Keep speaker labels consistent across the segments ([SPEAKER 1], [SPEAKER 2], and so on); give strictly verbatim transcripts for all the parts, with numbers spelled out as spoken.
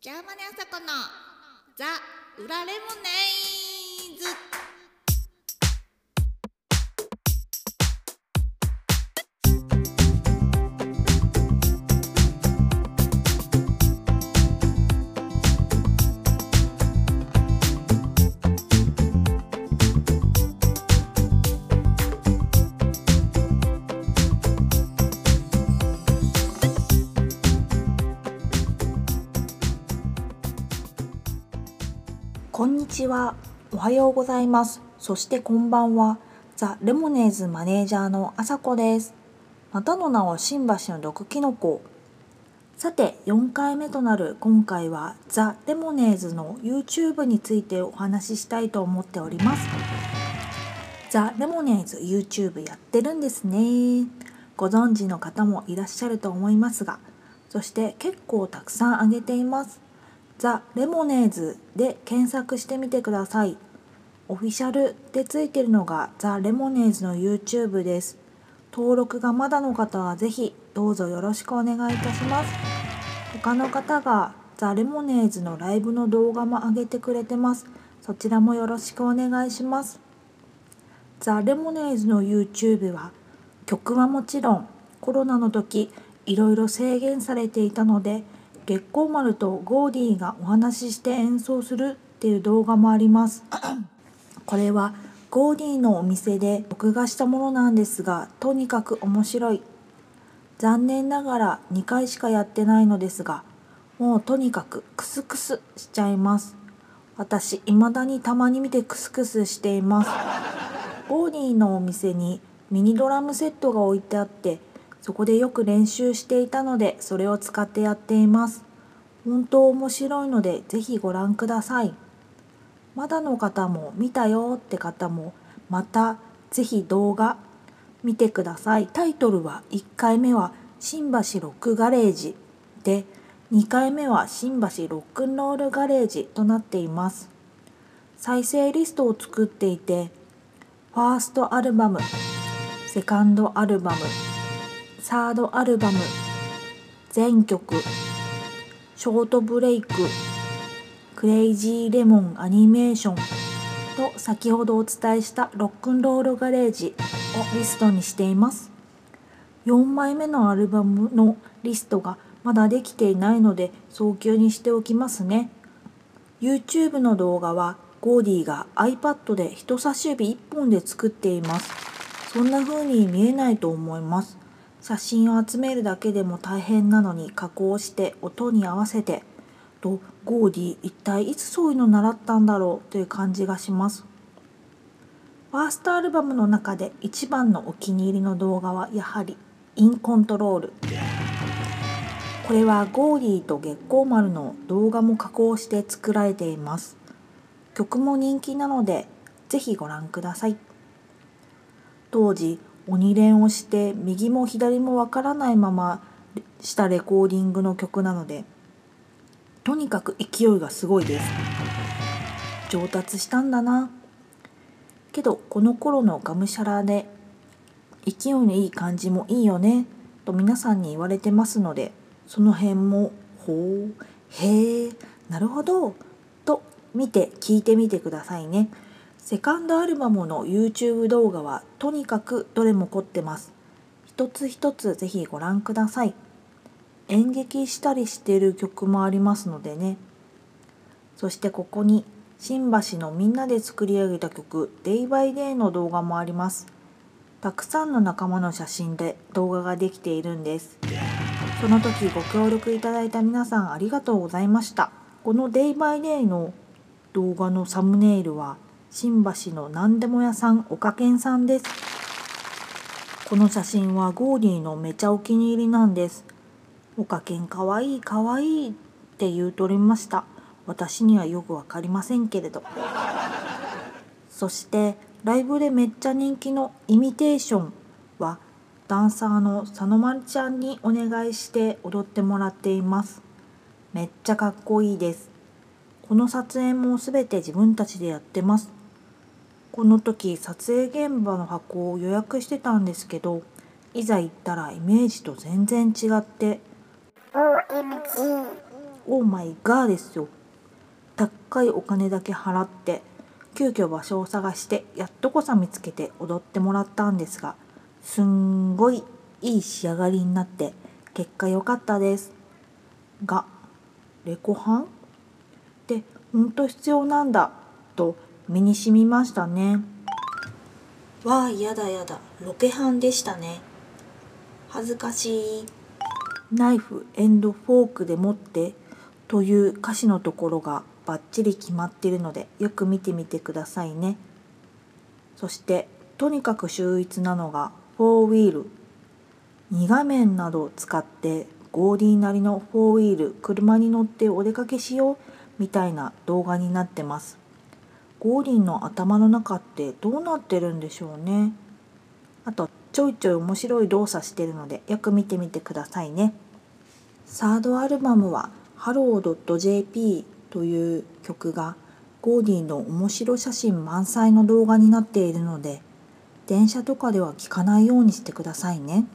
[SPEAKER 1] ジャーマネあさこのザ・裏レモネーズ。
[SPEAKER 2] こんにちは、おはようございます。そしてこんばんは。ザ・レモネーズマネージャーのあさこです。またの名を新橋の毒キノコ。さて、よんかいめとなる今回はザ・レモネーズの YouTube についてお話ししたいと思っております。ザ・レモネーズ YouTube やってるんですね。ご存知の方もいらっしゃると思いますが、そして結構たくさんあげています。ザ・レモネーズで検索してみてください。オフィシャルでついているのがザ・レモネーズの YouTube です。登録がまだの方はぜひどうぞよろしくお願いいたします。他の方がザ・レモネーズのライブの動画も上げてくれてます。そちらもよろしくお願いします。ザ・レモネーズの YouTube は曲はもちろんコロナの時いろいろ制限されていたので、月光丸とゴーディーがお話しして演奏するっていう動画もあります。これはゴーディーのお店で録画したものなんですが、とにかく面白い。残念ながらにかいしかやってないのですが、もうとにかくクスクスしちゃいます。私未だにたまに見てクスクスしています。ゴーディーのお店にミニドラムセットが置いてあって、そこでよく練習していたので、それを使ってやっています。本当面白いのでぜひご覧ください。まだの方も見たよって方もまたぜひ動画見てください。タイトルはいっかいめは新橋ロックガレージで、にかいめは新橋ロックンロールガレージとなっています。再生リストを作っていて、ファーストアルバム、セカンドアルバム、サードアルバム、全曲、ショートブレイク、クレイジーレモンアニメーションと先ほどお伝えしたロックンロールガレージをリストにしています。よんまいめのアルバムのリストがまだできていないので早急にしておきますね。YouTube の動画はゴーディーが iPad で人差し指いっぽんで作っています。そんな風に見えないと思います。写真を集めるだけでも大変なのに加工して音に合わせてと、ゴーディー一体いつそういうの習ったんだろうという感じがします。ファーストアルバムの中で一番のお気に入りの動画はやはりインコントロール。これはゴーディーと月光丸の動画も加工して作られています。曲も人気なのでぜひご覧ください。当時鬼練をして右も左もわからないまましたレコーディングの曲なので、とにかく勢いがすごいです。上達したんだな。けどこの頃のがむしゃらで勢いのいい感じもいいよねと皆さんに言われてますので、その辺もほうへえなるほどと見て聞いてみてくださいね。セカンドアルバムの YouTube 動画はとにかくどれも凝ってます。一つ一つぜひご覧ください。演劇したりしている曲もありますのでね。そしてここに新橋のみんなで作り上げた曲 Day by Day の動画もあります。たくさんの仲間の写真で動画ができているんです。その時ご協力いただいた皆さんありがとうございました。この Day by Day の動画のサムネイルは新橋のなんでも屋さんおかけんさんです。この写真はゴーディーのめちゃお気に入りなんです。おかけんかわいいかわいいって言うとりました。私にはよくわかりませんけれど。そしてライブでめっちゃ人気のイミテーションはダンサーの佐野まるちゃんにお願いして踊ってもらっています。めっちゃかっこいいです。この撮影もすべて自分たちでやってます。この時撮影現場の箱を予約してたんですけど、いざ行ったらイメージと全然違って オーエムジーオーマイガーですよ。高いお金だけ払って急遽場所を探してやっとこさ見つけて踊ってもらったんですが、すんごいいい仕上がりになって結果良かったです。がレコ班ってほんと必要なんだと身に染みましたね。わあ、やだやだ、ロケ班でしたね。恥ずかしい。ナイフフォークで持ってという歌詞のところがバッチリ決まっているのでよく見てみてくださいね。そしてとにかく秀逸なのがフォーウィール。に画面などを使ってゴーディーなりのフォーウィール、車に乗ってお出かけしようみたいな動画になってます。ゴーディの頭の中ってどうなってるんでしょうね。あとちょいちょい面白い動作してるのでよく見てみてくださいね。サードアルバムは ハロー ジェーピー という曲がゴーディの面白写真満載の動画になっているので、電車とかでは聞かないようにしてくださいね。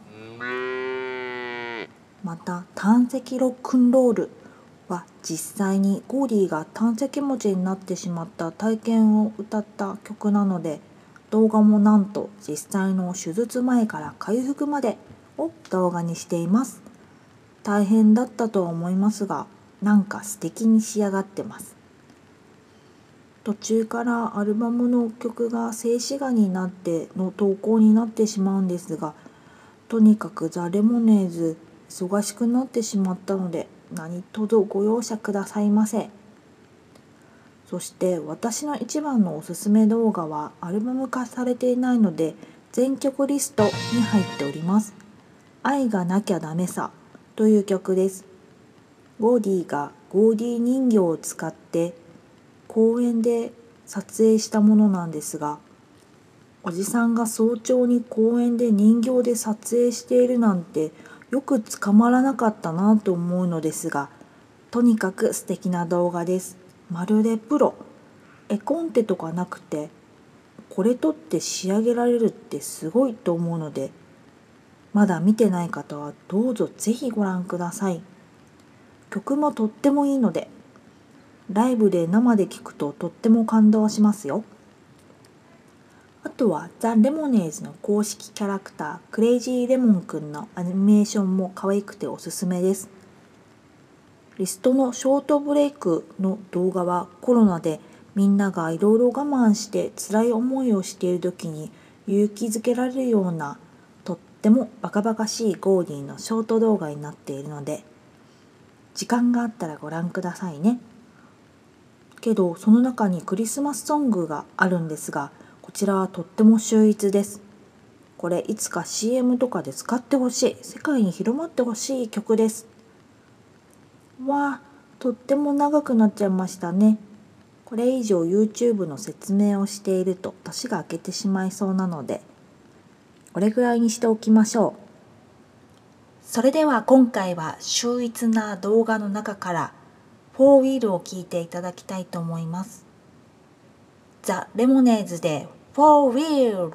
[SPEAKER 2] また胆石ロックンロールは実際にゴーディが胆石持ちになってしまった体験を歌った曲なので、動画もなんと実際の手術前から回復までを動画にしています。大変だったとは思いますが、なんか素敵に仕上がってます。途中からアルバムの曲が静止画になっての投稿になってしまうんですが、とにかくザ・レモネーズ忙しくなってしまったので何卒ご容赦くださいませ。そして私の一番のおすすめ動画はアルバム化されていないので全曲リストに入っております。愛がなきゃダメさという曲です。ゴーディがゴーディ人形を使って公園で撮影したものなんですが、おじさんが早朝に公園で人形で撮影しているなんてよく捕まらなかったなと思うのですが、とにかく素敵な動画です。まるでプロ。絵コンテとかなくてこれ撮って仕上げられるってすごいと思うので、まだ見てない方はどうぞぜひご覧ください。曲もとってもいいのでライブで生で聴くととっても感動しますよ。あとはザ・レモネーズの公式キャラクタークレイジーレモンくんのアニメーションも可愛くておすすめです。リストのショートブレイクの動画はコロナでみんながいろいろ我慢して辛い思いをしている時に勇気づけられるようなとってもバカバカしいゴーディのショート動画になっているので、時間があったらご覧くださいね。けどその中にクリスマスソングがあるんですが、こちらはとっても秀逸です。これいつか シーエム とかで使ってほしい、世界に広まってほしい曲です。わあ、とっても長くなっちゃいましたね。これ以上 YouTube の説明をしていると年が明けてしまいそうなので、これぐらいにしておきましょう。それでは今回は秀逸な動画の中からフォーウィールを聴いていただきたいと思います。ザ・レモネーズでフォーウィール。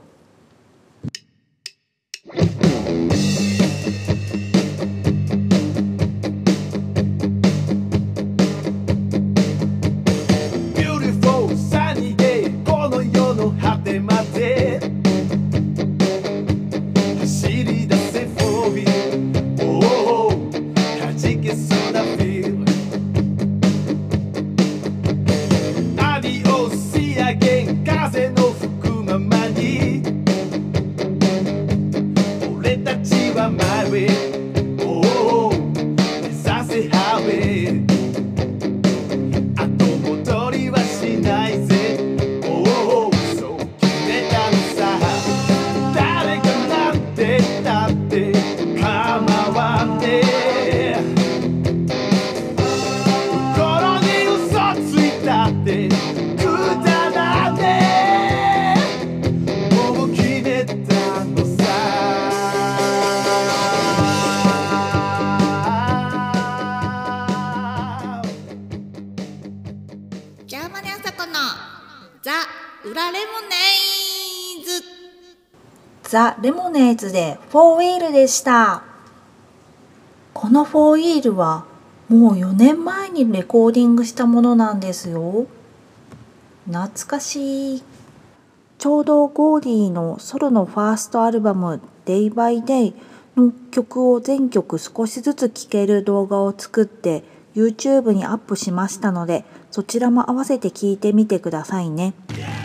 [SPEAKER 1] ジャーマネあさこのザ・裏レモネーズ。
[SPEAKER 2] ザ・レモネーズでフォーウィールでした。このフォーウィールはもうよねんまえにレコーディングしたものなんですよ。懐かしい。ちょうどゴーディのソロのファーストアルバム Day by Day の曲を全曲少しずつ聴ける動画を作って YouTube にアップしましたので、そちらも合わせて聴いてみてくださいね。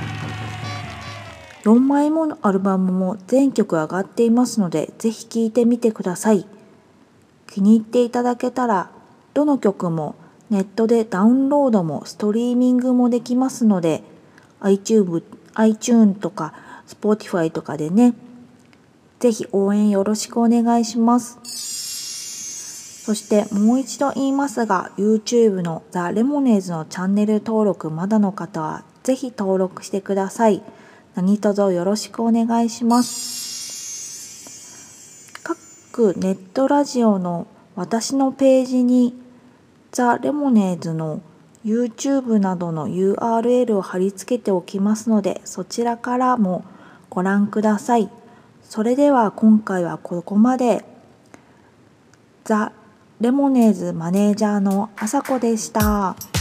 [SPEAKER 2] よんまいものアルバムも全曲上がっていますので、ぜひ聴いてみてください。気に入っていただけたら、どの曲もネットでダウンロードもストリーミングもできますので、iTunes、iTunes とか Spotify とかでね、ぜひ応援よろしくお願いします。そしてもう一度言いますが、YouTube のザ・レモネーズのチャンネル登録まだの方はぜひ登録してください。何卒よろしくお願いします。各ネットラジオの私のページにザ・レモネーズの YouTube などの ユーアールエル を貼り付けておきますので、そちらからもご覧ください。それでは今回はここまで。ザ・レモネーズマネージャーのあさこでした。